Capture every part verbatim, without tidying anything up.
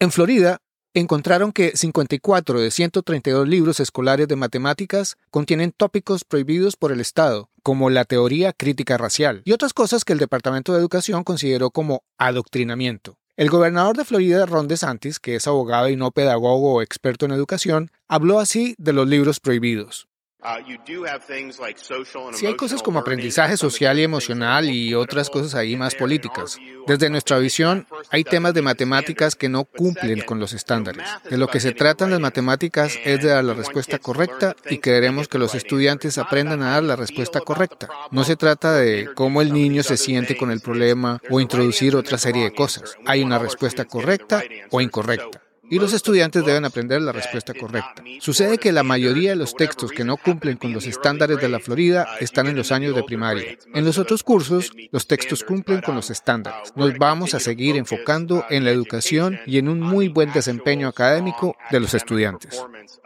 En Florida, encontraron que cincuenta y cuatro de ciento treinta y dos libros escolares de matemáticas contienen tópicos prohibidos por el Estado, como la teoría crítica racial, y otras cosas que el Departamento de Educación consideró como adoctrinamiento. El gobernador de Florida, Ron DeSantis, que es abogado y no pedagogo o experto en educación, habló así de los libros prohibidos. Sí, hay cosas como aprendizaje social y emocional y otras cosas ahí más políticas. Desde nuestra visión, hay temas de matemáticas que no cumplen con los estándares. De lo que se tratan las matemáticas es de dar la respuesta correcta y queremos que los estudiantes aprendan a dar la respuesta correcta. No se trata de cómo el niño se siente con el problema o introducir otra serie de cosas. Hay una respuesta correcta o incorrecta. Y los estudiantes deben aprender la respuesta correcta. Sucede que la mayoría de los textos que no cumplen con los estándares de la Florida están en los años de primaria. En los otros cursos, los textos cumplen con los estándares. Nos vamos a seguir enfocando en la educación y en un muy buen desempeño académico de los estudiantes.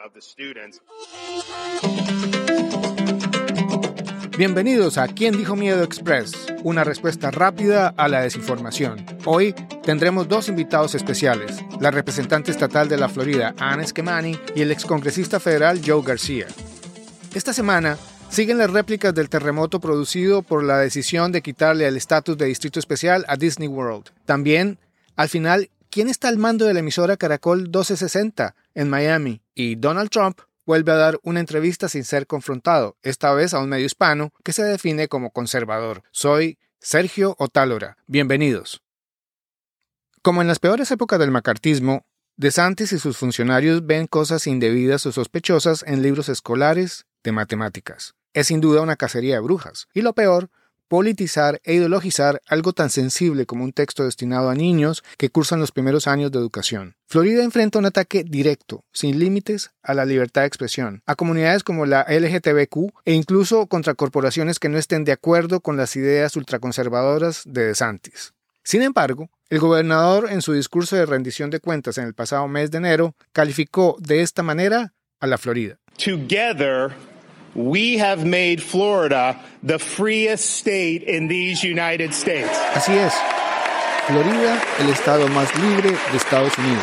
Bienvenidos a ¿Quién dijo miedo Express? Una respuesta rápida a la desinformación. Hoy tendremos dos invitados especiales, la representante estatal de la Florida, Ann Esquemani, y el excongresista federal Joe García. Esta semana siguen las réplicas del terremoto producido por la decisión de quitarle el estatus de distrito especial a Disney World. También, al final, ¿quién está al mando de la emisora Caracol doce sesenta en Miami? Y Donald Trump vuelve a dar una entrevista sin ser confrontado, esta vez a un medio hispano que se define como conservador. Soy Sergio Otálora. Bienvenidos. Como en las peores épocas del macartismo, DeSantis y sus funcionarios ven cosas indebidas o sospechosas en libros escolares de matemáticas. Es sin duda una cacería de brujas. Y lo peor, politizar e ideologizar algo tan sensible como un texto destinado a niños que cursan los primeros años de educación. Florida enfrenta un ataque directo, sin límites, a la libertad de expresión, a comunidades como la L G T B Q e incluso contra corporaciones que no estén de acuerdo con las ideas ultraconservadoras de DeSantis. Sin embargo, el gobernador en su discurso de rendición de cuentas en el pasado mes de enero calificó de esta manera a la Florida. Together, we have made Florida the freest state in these United States. Así es. Florida, el estado más libre de Estados Unidos.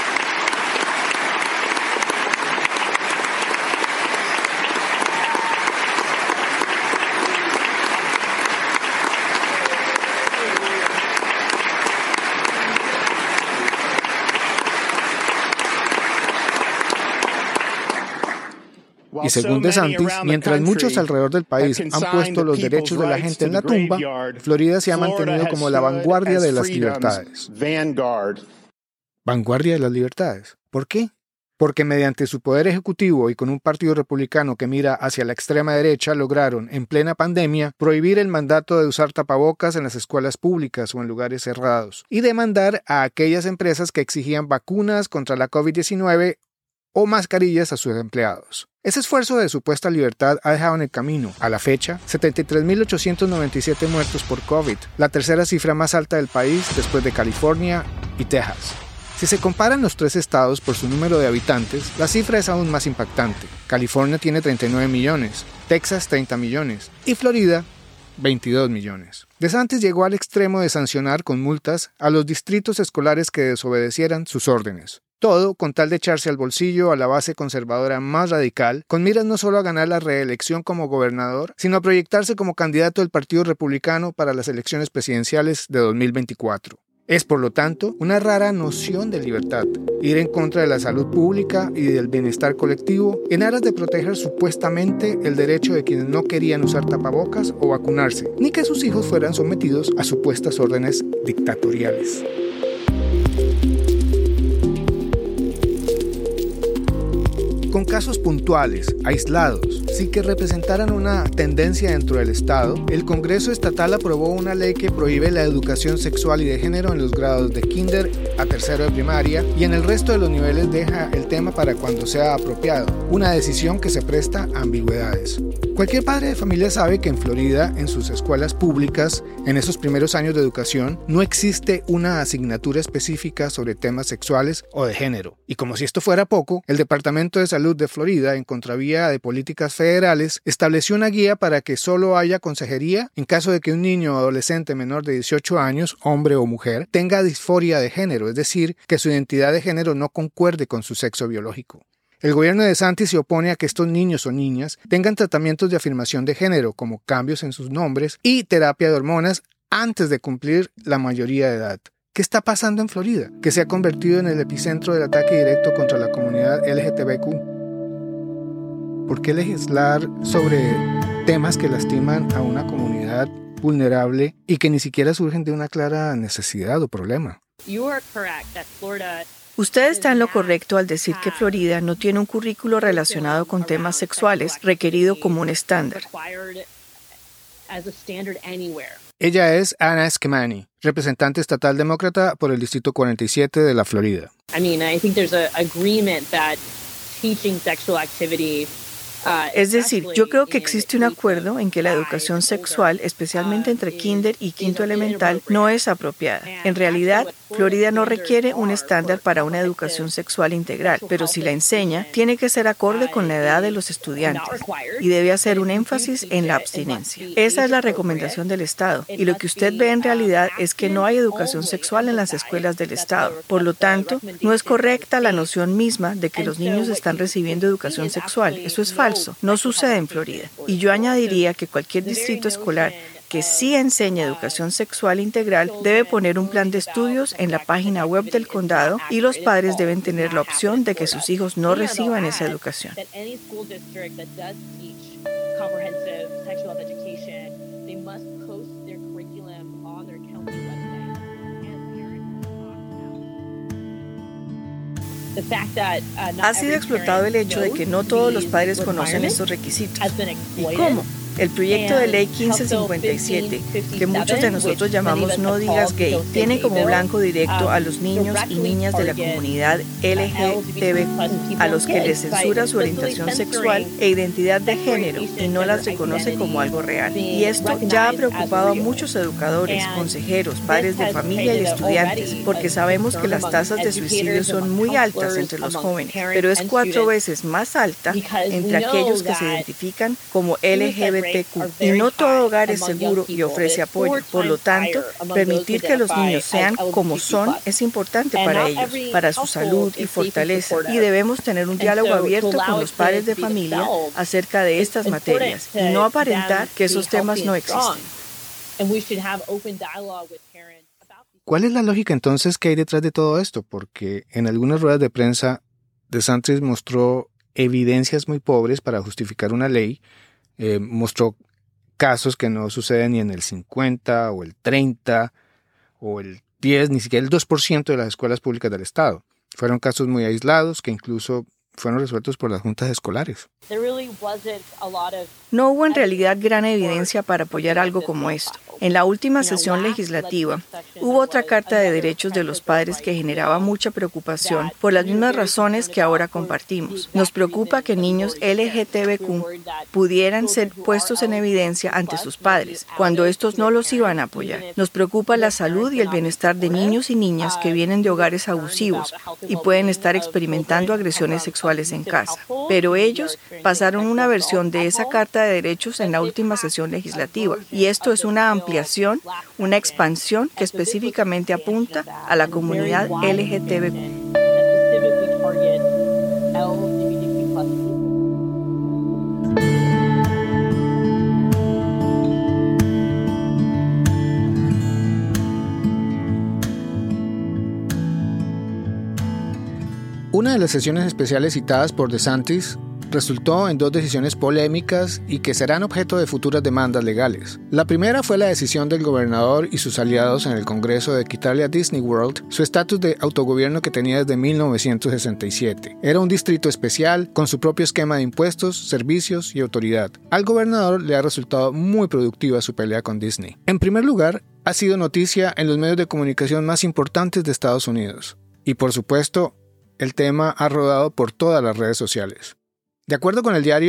Y según DeSantis, mientras muchos alrededor del país han puesto los derechos de la gente en la tumba, Florida se ha mantenido como la vanguardia de las libertades. ¿Vanguardia de las libertades? ¿Por qué? Porque mediante su poder ejecutivo y con un partido republicano que mira hacia la extrema derecha, lograron, en plena pandemia, prohibir el mandato de usar tapabocas en las escuelas públicas o en lugares cerrados, y demandar a aquellas empresas que exigían vacunas contra la covid diecinueve o mascarillas a sus empleados. Ese esfuerzo de supuesta libertad ha dejado en el camino, a la fecha, setenta y tres mil ochocientos noventa y siete muertos por COVID, la tercera cifra más alta del país después de California y Texas. Si se comparan los tres estados por su número de habitantes, la cifra es aún más impactante. California tiene treinta y nueve millones, Texas treinta millones y Florida veintidós millones. DeSantis llegó al extremo de sancionar con multas a los distritos escolares que desobedecieran sus órdenes. Todo con tal de echarse al bolsillo a la base conservadora más radical, con miras no solo a ganar la reelección como gobernador, sino a proyectarse como candidato del Partido Republicano para las elecciones presidenciales de dos mil veinticuatro. Es, por lo tanto, una rara noción de libertad, ir en contra de la salud pública y del bienestar colectivo en aras de proteger supuestamente el derecho de quienes no querían usar tapabocas o vacunarse, ni que sus hijos fueran sometidos a supuestas órdenes dictatoriales. Con casos puntuales, aislados, sin que representaran una tendencia dentro del Estado, el Congreso Estatal aprobó una ley que prohíbe la educación sexual y de género en los grados de kinder a tercero de primaria y en el resto de los niveles deja el tema para cuando sea apropiado, una decisión que se presta a ambigüedades. Cualquier padre de familia sabe que en Florida, en sus escuelas públicas, en esos primeros años de educación, no existe una asignatura específica sobre temas sexuales o de género. Y como si esto fuera poco, el Departamento de Salud de Florida, en contravía de políticas federales, federales, estableció una guía para que solo haya consejería en caso de que un niño o adolescente menor de dieciocho años, hombre o mujer, tenga disforia de género, es decir, que su identidad de género no concuerde con su sexo biológico. El gobierno de DeSantis se opone a que estos niños o niñas tengan tratamientos de afirmación de género, como cambios en sus nombres y terapia de hormonas, antes de cumplir la mayoría de edad. ¿Qué está pasando en Florida, que se ha convertido en el epicentro del ataque directo contra la comunidad L G T B Q? ¿Por qué legislar sobre temas que lastiman a una comunidad vulnerable y que ni siquiera surgen de una clara necesidad o problema? Usted está en lo correcto al decir que Florida no tiene un currículo relacionado con temas sexuales requerido como un estándar. Ella es Anna Skemani, representante estatal demócrata por el Distrito cuarenta y siete de la Florida. I mean, I think there's a agreement that teaching sexual activity Es decir, yo creo que existe un acuerdo en que la educación sexual, especialmente entre kinder y quinto elemental, no es apropiada. En realidad, Florida no requiere un estándar para una educación sexual integral, pero si la enseña, tiene que ser acorde con la edad de los estudiantes y debe hacer un énfasis en la abstinencia. Esa es la recomendación del Estado, y lo que usted ve en realidad es que no hay educación sexual en las escuelas del Estado. Por lo tanto, no es correcta la noción misma de que los niños están recibiendo educación sexual. Eso es falso. No sucede en Florida. Y yo añadiría que cualquier distrito escolar que sí enseña educación sexual integral debe poner un plan de estudios en la página web del condado y los padres deben tener la opción de que sus hijos no reciban esa educación. Ha sido explotado el hecho de que no todos los padres conocen estos requisitos. ¿Y cómo? El proyecto de ley quince cincuenta y siete, que muchos de nosotros llamamos No Digas Gay, tiene como blanco directo a los niños y niñas de la comunidad L G T B Q, a los que les censura su orientación sexual e identidad de género y no las reconoce como algo real. Y esto ya ha preocupado a muchos educadores, consejeros, padres de familia y estudiantes, porque sabemos que las tasas de suicidio son muy altas entre los jóvenes, pero es cuatro veces más alta entre aquellos que se identifican como L G B T Q. Y no todo hogar es seguro y ofrece apoyo. Por lo tanto, permitir que los niños sean como son es importante para ellos, para su salud y fortaleza. Y debemos tener un diálogo abierto con los padres de familia acerca de estas materias y no aparentar que esos temas no existen. ¿Cuál es la lógica entonces que hay detrás de todo esto? Porque en algunas ruedas de prensa, DeSantis mostró evidencias muy pobres para justificar una ley. Eh, mostró casos que no suceden ni en el cincuenta o el treinta o el diez, ni siquiera el dos por ciento de las escuelas públicas del estado. Fueron casos muy aislados que incluso fueron resueltos por las juntas escolares. No hubo en realidad gran evidencia para apoyar algo como esto. En la última sesión legislativa, hubo otra Carta de Derechos de los Padres que generaba mucha preocupación por las mismas razones que ahora compartimos. Nos preocupa que niños L G T B Q pudieran ser puestos en evidencia ante sus padres, cuando estos no los iban a apoyar. Nos preocupa la salud y el bienestar de niños y niñas que vienen de hogares abusivos y pueden estar experimentando agresiones sexuales en casa. Pero ellos pasaron una versión de esa Carta de Derechos en la última sesión legislativa, y esto es una ampliación, una expansión que específicamente apunta a la comunidad L G T B Q. Una de las sesiones especiales citadas por DeSantis resultó en dos decisiones polémicas y que serán objeto de futuras demandas legales. La primera fue la decisión del gobernador y sus aliados en el Congreso de quitarle a Disney World su estatus de autogobierno que tenía desde mil novecientos sesenta y siete. Era un distrito especial con su propio esquema de impuestos, servicios y autoridad. Al gobernador le ha resultado muy productiva su pelea con Disney. En primer lugar, ha sido noticia en los medios de comunicación más importantes de Estados Unidos. Y por supuesto, el tema ha rodado por todas las redes sociales. De acuerdo con el diario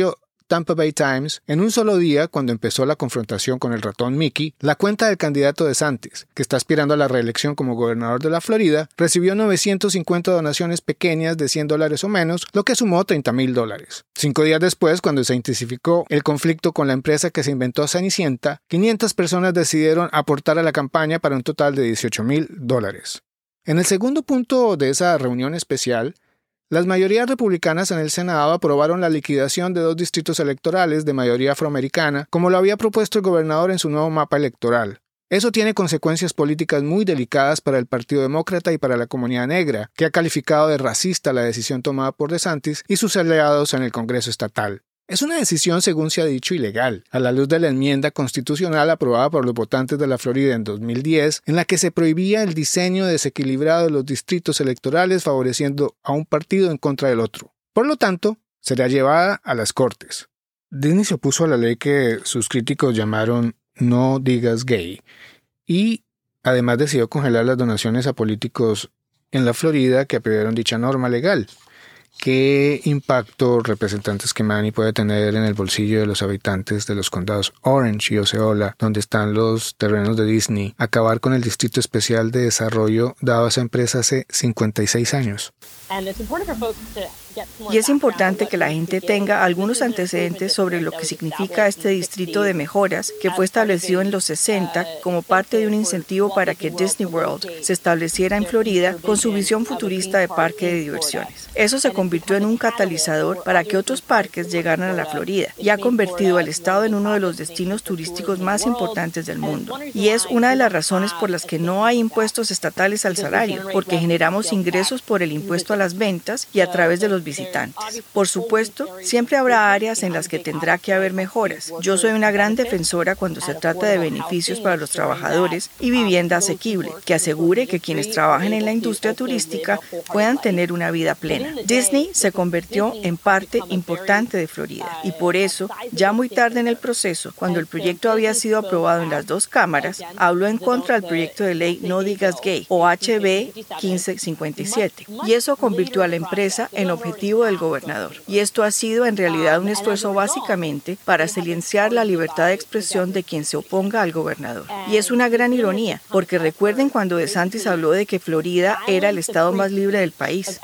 Tampa Bay Times, en un solo día, cuando empezó la confrontación con el ratón Mickey, la cuenta del candidato DeSantis, que está aspirando a la reelección como gobernador de la Florida, recibió novecientas cincuenta donaciones pequeñas de cien dólares o menos, lo que sumó treinta mil dólares. Cinco días después, cuando se intensificó el conflicto con la empresa que se inventó Cenicienta, quinientas personas decidieron aportar a la campaña para un total de dieciocho mil dólares. En el segundo punto de esa reunión especial, las mayorías republicanas en el Senado aprobaron la liquidación de dos distritos electorales de mayoría afroamericana, como lo había propuesto el gobernador en su nuevo mapa electoral. Eso tiene consecuencias políticas muy delicadas para el Partido Demócrata y para la comunidad negra, que ha calificado de racista la decisión tomada por DeSantis y sus aliados en el Congreso estatal. Es una decisión, según se ha dicho, ilegal, a la luz de la enmienda constitucional aprobada por los votantes de la Florida en dos mil diez, en la que se prohibía el diseño desequilibrado de los distritos electorales favoreciendo a un partido en contra del otro. Por lo tanto, será llevada a las Cortes. Disney se opuso a la ley que sus críticos llamaron No Digas Gay y además decidió congelar las donaciones a políticos en la Florida que apoyaron dicha norma legal. ¿Qué impacto, representantes Kemani, puede tener en el bolsillo de los habitantes de los condados Orange y Osceola, donde están los terrenos de Disney, acabar con el Distrito Especial de Desarrollo dado a esa empresa hace cincuenta y seis años? Y es importante que la gente tenga algunos antecedentes sobre lo que significa este distrito de mejoras que fue establecido en los sesenta como parte de un incentivo para que Disney World se estableciera en Florida con su visión futurista de parque de diversiones. Eso se convirtió en un catalizador para que otros parques llegaran a la Florida y ha convertido al estado en uno de los destinos turísticos más importantes del mundo. Y es una de las razones por las que no hay impuestos estatales al salario, porque generamos ingresos por el impuesto a las ventas y a través de los visitantes. Por supuesto, siempre habrá áreas en las que tendrá que haber mejoras. Yo soy una gran defensora cuando se trata de beneficios para los trabajadores y vivienda asequible, que asegure que quienes trabajan en la industria turística puedan tener una vida plena. Disney se convirtió en parte importante de Florida y por eso, ya muy tarde en el proceso, cuando el proyecto había sido aprobado en las dos cámaras, habló en contra del proyecto de ley No Digas Gay o H B quince cincuenta y siete y eso convirtió a la empresa en objetivo del gobernador. Y esto ha sido en realidad un esfuerzo básicamente para silenciar la libertad de expresión de quien se oponga al gobernador. Y es una gran ironía, porque recuerden cuando DeSantis habló de que Florida era el estado más libre del país.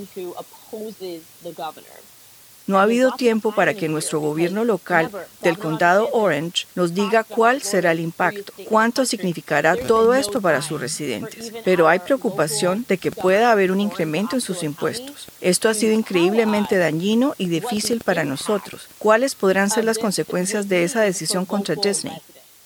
No ha habido tiempo para que nuestro gobierno local del condado Orange nos diga cuál será el impacto, cuánto significará todo esto para sus residentes. Pero hay preocupación de que pueda haber un incremento en sus impuestos. Esto ha sido increíblemente dañino y difícil para nosotros. ¿Cuáles podrán ser las consecuencias de esa decisión contra Disney?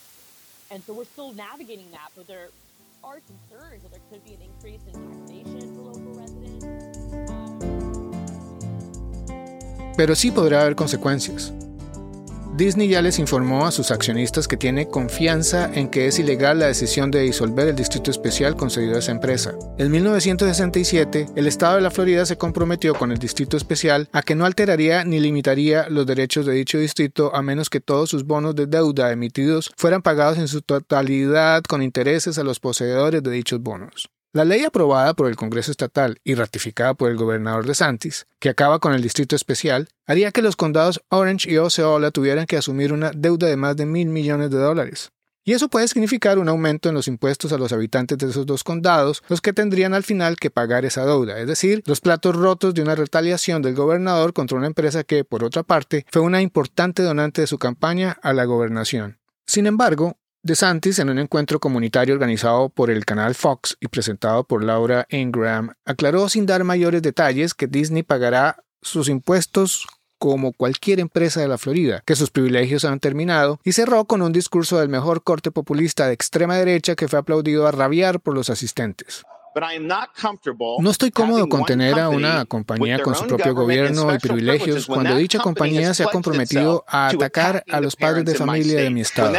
Pero sí podrá haber consecuencias. Disney ya les informó a sus accionistas que tiene confianza en que es ilegal la decisión de disolver el distrito especial concedido a esa empresa. En mil novecientos sesenta y siete, el estado de la Florida se comprometió con el distrito especial a que no alteraría ni limitaría los derechos de dicho distrito a menos que todos sus bonos de deuda emitidos fueran pagados en su totalidad con intereses a los poseedores de dichos bonos. La ley aprobada por el Congreso estatal y ratificada por el gobernador DeSantis, que acaba con el distrito especial, haría que los condados Orange y Osceola tuvieran que asumir una deuda de más de mil millones de dólares. Y eso puede significar un aumento en los impuestos a los habitantes de esos dos condados, los que tendrían al final que pagar esa deuda, es decir, los platos rotos de una retaliación del gobernador contra una empresa que, por otra parte, fue una importante donante de su campaña a la gobernación. Sin embargo, DeSantis, en un encuentro comunitario organizado por el canal Fox y presentado por Laura Ingraham, aclaró sin dar mayores detalles que Disney pagará sus impuestos como cualquier empresa de la Florida, que sus privilegios han terminado, y cerró con un discurso del mejor corte populista de extrema derecha que fue aplaudido a rabiar por los asistentes. No estoy cómodo con tener a una compañía con su propio gobierno y privilegios cuando dicha compañía se ha comprometido a atacar a los padres de familia de mi estado.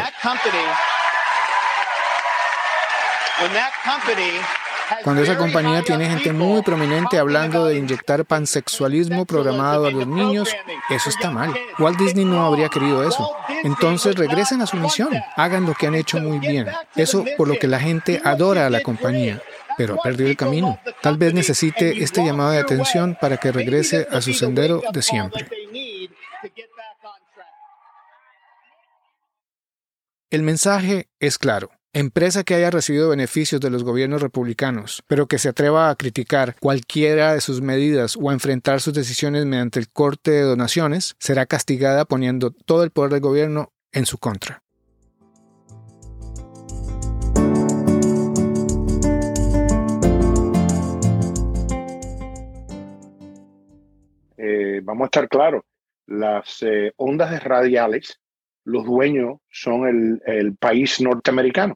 Cuando esa compañía tiene gente muy prominente hablando de inyectar pansexualismo programado a los niños, eso está mal. Walt Disney no habría querido eso. Entonces regresen a su misión, hagan lo que han hecho muy bien. Eso por lo que la gente adora a la compañía, pero ha perdido el camino. Tal vez necesite este llamado de atención para que regrese a su sendero de siempre. El mensaje es claro. Empresa que haya recibido beneficios de los gobiernos republicanos, pero que se atreva a criticar cualquiera de sus medidas o a enfrentar sus decisiones mediante el corte de donaciones, será castigada poniendo todo el poder del gobierno en su contra. Eh, vamos a estar claros, las eh, ondas radiales, los dueños son el, el país norteamericano.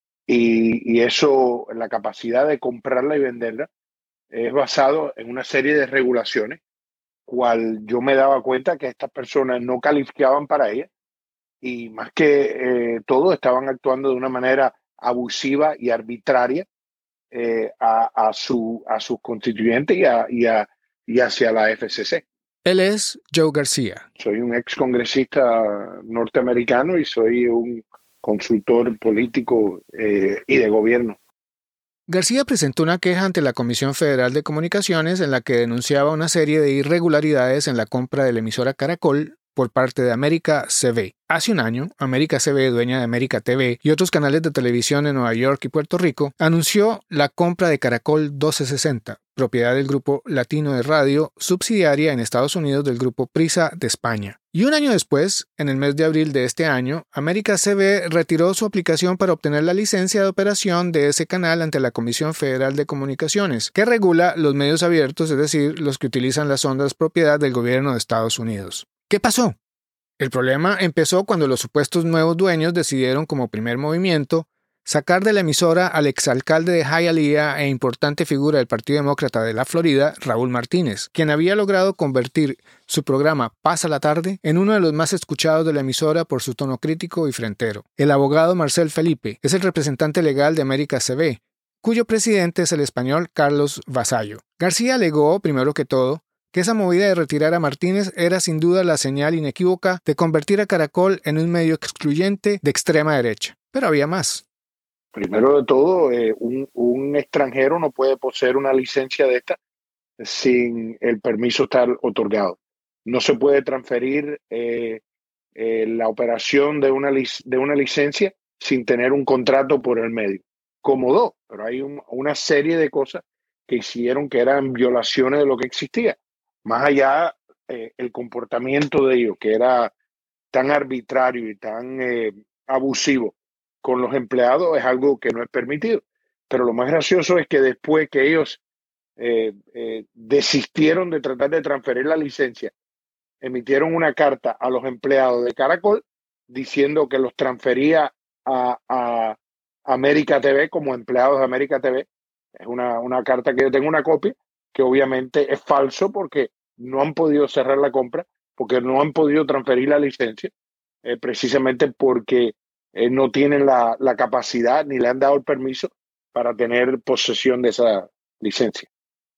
Y, y eso, la capacidad de comprarla y venderla, es basado en una serie de regulaciones, cual yo me daba cuenta que estas personas no calificaban para ella y más que eh, todo estaban actuando de una manera abusiva y arbitraria eh, a, a, su, a sus constituyentes y, a, y, a, y hacia la F C C. Él es Joe García. Soy un ex congresista norteamericano y soy un consultor político eh, y de gobierno. García presentó una queja ante la Comisión Federal de Comunicaciones en la que denunciaba una serie de irregularidades en la compra de la emisora Caracol por parte de América C V. Hace un año, América C V, dueña de América T V y otros canales de televisión en Nueva York y Puerto Rico, anunció la compra de Caracol doce sesenta, propiedad del Grupo Latino de Radio, subsidiaria en Estados Unidos del Grupo Prisa de España. Y un año después, en el mes de abril de este año, América C V retiró su aplicación para obtener la licencia de operación de ese canal ante la Comisión Federal de Comunicaciones, que regula los medios abiertos, es decir, los que utilizan las ondas propiedad del gobierno de Estados Unidos. ¿Qué pasó? El problema empezó cuando los supuestos nuevos dueños decidieron como primer movimiento sacar de la emisora al exalcalde de Hialeah e importante figura del Partido Demócrata de la Florida, Raúl Martínez, quien había logrado convertir su programa Pasa la Tarde en uno de los más escuchados de la emisora por su tono crítico y frentero. El abogado Marcel Felipe es el representante legal de América C V, cuyo presidente es el español Carlos Vasallo. García alegó, primero que todo, que esa movida de retirar a Martínez era sin duda la señal inequívoca de convertir a Caracol en un medio excluyente de extrema derecha. Pero había más. Primero de todo, eh, un, un extranjero no puede poseer una licencia de esta sin el permiso estar otorgado. No se puede transferir eh, eh, la operación de una, de una licencia sin tener un contrato por el medio. Como dos, pero hay un, una serie de cosas que hicieron que eran violaciones de lo que existía. Más allá, eh, el comportamiento de ellos, que era tan arbitrario y tan eh, abusivo con los empleados, es algo que no es permitido. Pero lo más gracioso es que después que ellos eh, eh, desistieron de tratar de transferir la licencia, emitieron una carta a los empleados de Caracol diciendo que los transfería a, a América T V como empleados de América T V. Es una, una carta que yo tengo una copia, que obviamente es falso porque no han podido cerrar la compra, porque no han podido transferir la licencia, eh, precisamente porque eh, no tienen la, la capacidad ni le han dado el permiso para tener posesión de esa licencia.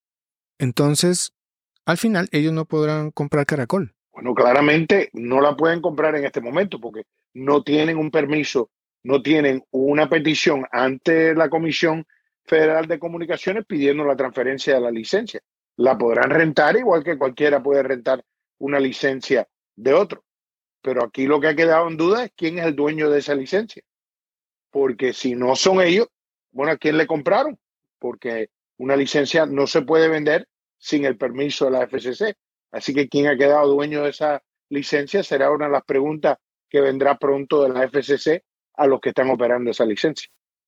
Entonces, al final, ellos no podrán comprar Caracol. Bueno, claramente no la pueden comprar en este momento porque no tienen un permiso, no tienen una petición ante la Comisión Federal de Comunicaciones pidiendo la transferencia de la licencia. La podrán rentar igual que cualquiera puede rentar una licencia de otro. Pero aquí lo que ha quedado en duda es quién es el dueño de esa licencia. Porque si no son ellos, bueno, ¿a quién le compraron? Porque una licencia no se puede vender sin el permiso de la F C C. Así que quién ha quedado dueño de esa licencia será una de las preguntas que vendrá pronto de la F C C a los que están operando esa licencia.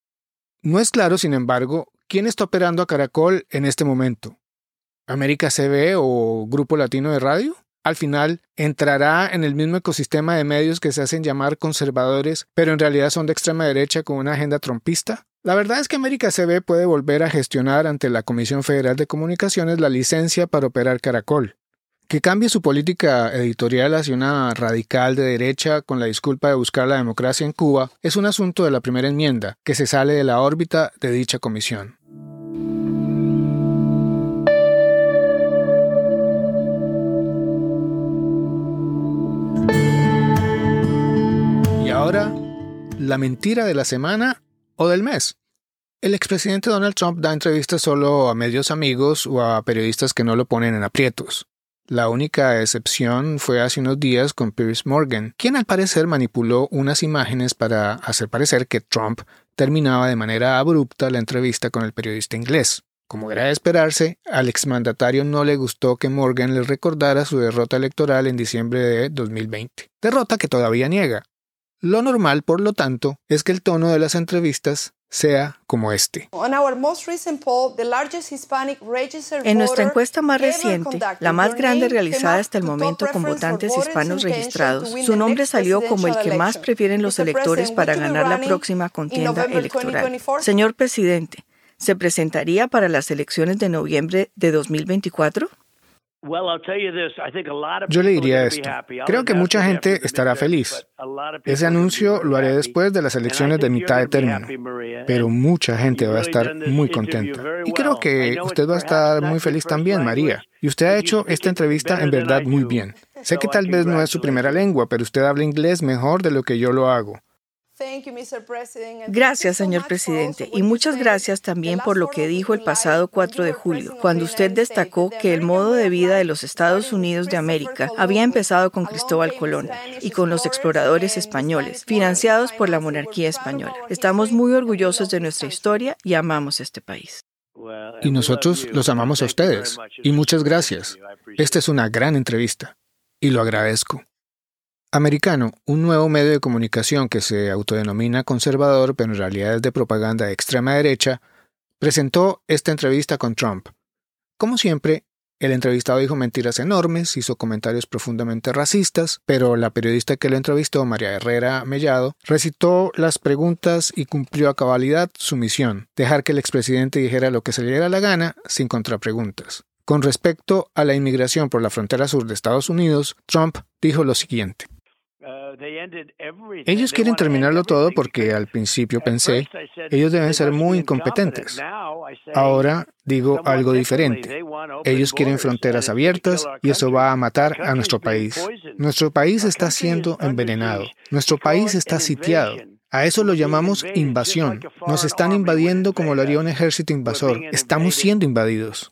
No es claro, sin embargo, quién está operando a Caracol en este momento. ¿América C V o Grupo Latino de Radio? Al final, entrará en el mismo ecosistema de medios que se hacen llamar conservadores, pero en realidad son de extrema derecha con una agenda trumpista. La verdad es que América C V puede volver a gestionar ante la Comisión Federal de Comunicaciones la licencia para operar Caracol. Que cambie su política editorial hacia una radical de derecha con la disculpa de buscar la democracia en Cuba es un asunto de la primera enmienda, que se sale de la órbita de dicha comisión. Y ahora, la mentira de la semana o del mes. El expresidente Donald Trump da entrevistas solo a medios amigos o a periodistas que no lo ponen en aprietos. La única excepción fue hace unos días con Piers Morgan, quien al parecer manipuló unas imágenes para hacer parecer que Trump terminaba de manera abrupta la entrevista con el periodista inglés. Como era de esperarse, al exmandatario no le gustó que Morgan le recordara su derrota electoral en diciembre de dos mil veinte. Derrota que todavía niega. Lo normal, por lo tanto, es que el tono de las entrevistas sea como este. En nuestra encuesta más reciente, la más grande realizada hasta el momento con votantes hispanos registrados, su nombre salió como el que más prefieren los electores para ganar la próxima contienda electoral. Señor presidente, ¿se presentaría para las elecciones de noviembre de dos mil veinticuatro? Yo le diría esto. Creo que mucha gente estará feliz. Ese anuncio lo haré después de las elecciones de mitad de término. Pero mucha gente va a estar muy contenta. Y creo que usted va a estar muy feliz también, María. Y usted ha hecho esta entrevista en verdad muy bien. Sé que tal vez no es su primera lengua, pero usted habla inglés mejor de lo que yo lo hago. Gracias, señor presidente, y muchas gracias también por lo que dijo el pasado cuatro de julio, cuando usted destacó que el modo de vida de los Estados Unidos de América había empezado con Cristóbal Colón y con los exploradores españoles, financiados por la monarquía española. Estamos muy orgullosos de nuestra historia y amamos este país. Y nosotros los amamos a ustedes. Y muchas gracias. Esta es una gran entrevista. Y lo agradezco. Americano, un nuevo medio de comunicación que se autodenomina conservador, pero en realidad es de propaganda de extrema derecha, presentó esta entrevista con Trump. Como siempre, el entrevistado dijo mentiras enormes, hizo comentarios profundamente racistas, pero la periodista que lo entrevistó, María Herrera Mellado, recitó las preguntas y cumplió a cabalidad su misión, dejar que el expresidente dijera lo que se le diera la gana sin contrapreguntas. Con respecto a la inmigración por la frontera sur de Estados Unidos, Trump dijo lo siguiente. Ellos quieren terminarlo todo porque al principio pensé, ellos deben ser muy incompetentes. Ahora digo algo diferente. Ellos quieren fronteras abiertas y eso va a matar a nuestro país. Nuestro país está siendo envenenado. Nuestro país está sitiado. A eso lo llamamos invasión. Nos están invadiendo como lo haría un ejército invasor. Estamos siendo invadidos.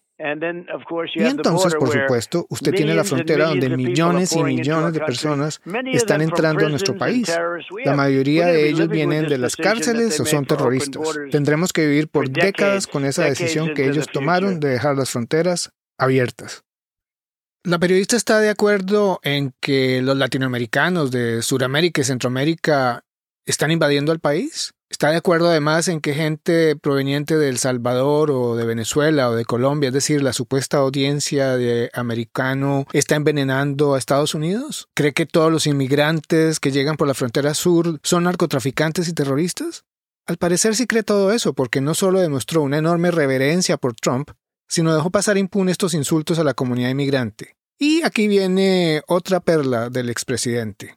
Y entonces, por supuesto, usted tiene la frontera donde millones y millones de personas están entrando a nuestro país. La mayoría de ellos vienen de las cárceles o son terroristas. Tendremos que vivir por décadas con esa decisión que ellos tomaron de dejar las fronteras abiertas. La periodista está de acuerdo en que los latinoamericanos de Sudamérica y Centroamérica están invadiendo al país. Está de acuerdo además en que gente proveniente de El Salvador o de Venezuela o de Colombia, es decir, la supuesta audiencia de americano, está envenenando a Estados Unidos. ¿Cree que todos los inmigrantes que llegan por la frontera sur son narcotraficantes y terroristas? Al parecer sí cree todo eso, porque no solo demostró una enorme reverencia por Trump, sino dejó pasar impune estos insultos a la comunidad inmigrante. Y aquí viene otra perla del expresidente.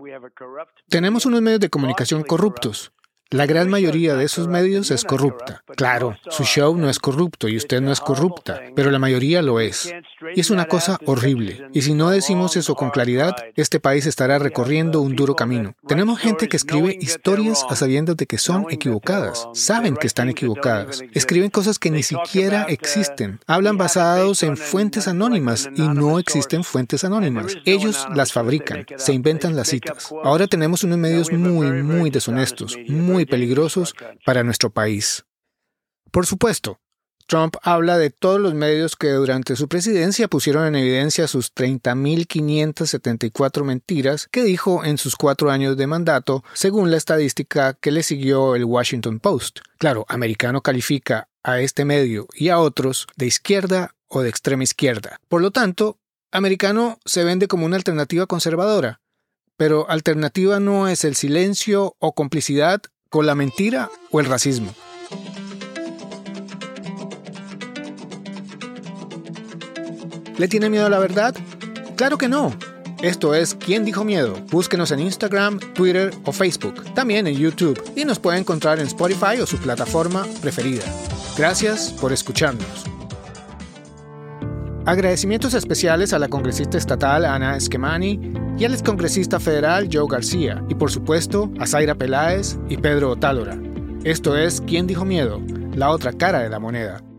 Tenemos unos medios de comunicación corruptos. La gran mayoría de esos medios es corrupta. Claro, su show no es corrupto y usted no es corrupta, pero la mayoría lo es. Y es una cosa horrible. Y si no decimos eso con claridad, este país estará recorriendo un duro camino. Tenemos gente que escribe historias a sabiendas de que son equivocadas. Saben que están equivocadas. Escriben cosas que ni siquiera existen. Hablan basados en fuentes anónimas y no existen fuentes anónimas. Ellos las fabrican, se inventan las citas. Ahora tenemos unos medios muy, muy deshonestos, muy muy peligrosos para nuestro país. Por supuesto, Trump habla de todos los medios que durante su presidencia pusieron en evidencia sus treinta mil quinientas setenta y cuatro mentiras que dijo en sus cuatro años de mandato, según la estadística que le siguió el Washington Post. Claro, Americano califica a este medio y a otros de izquierda o de extrema izquierda. Por lo tanto, Americano se vende como una alternativa conservadora. Pero alternativa no es el silencio o complicidad con la mentira o el racismo. ¿Le tiene miedo a la verdad? ¡Claro que no! Esto es ¿Quién dijo miedo? Búsquenos en Instagram, Twitter o Facebook. También en YouTube. Y nos puede encontrar en Spotify o su plataforma preferida. Gracias por escucharnos. Agradecimientos especiales a la congresista estatal Ana Esquemani y al excongresista federal Joe García, y por supuesto a Zaira Peláez y Pedro Otálora. Esto es ¿Quién dijo miedo? La otra cara de la moneda.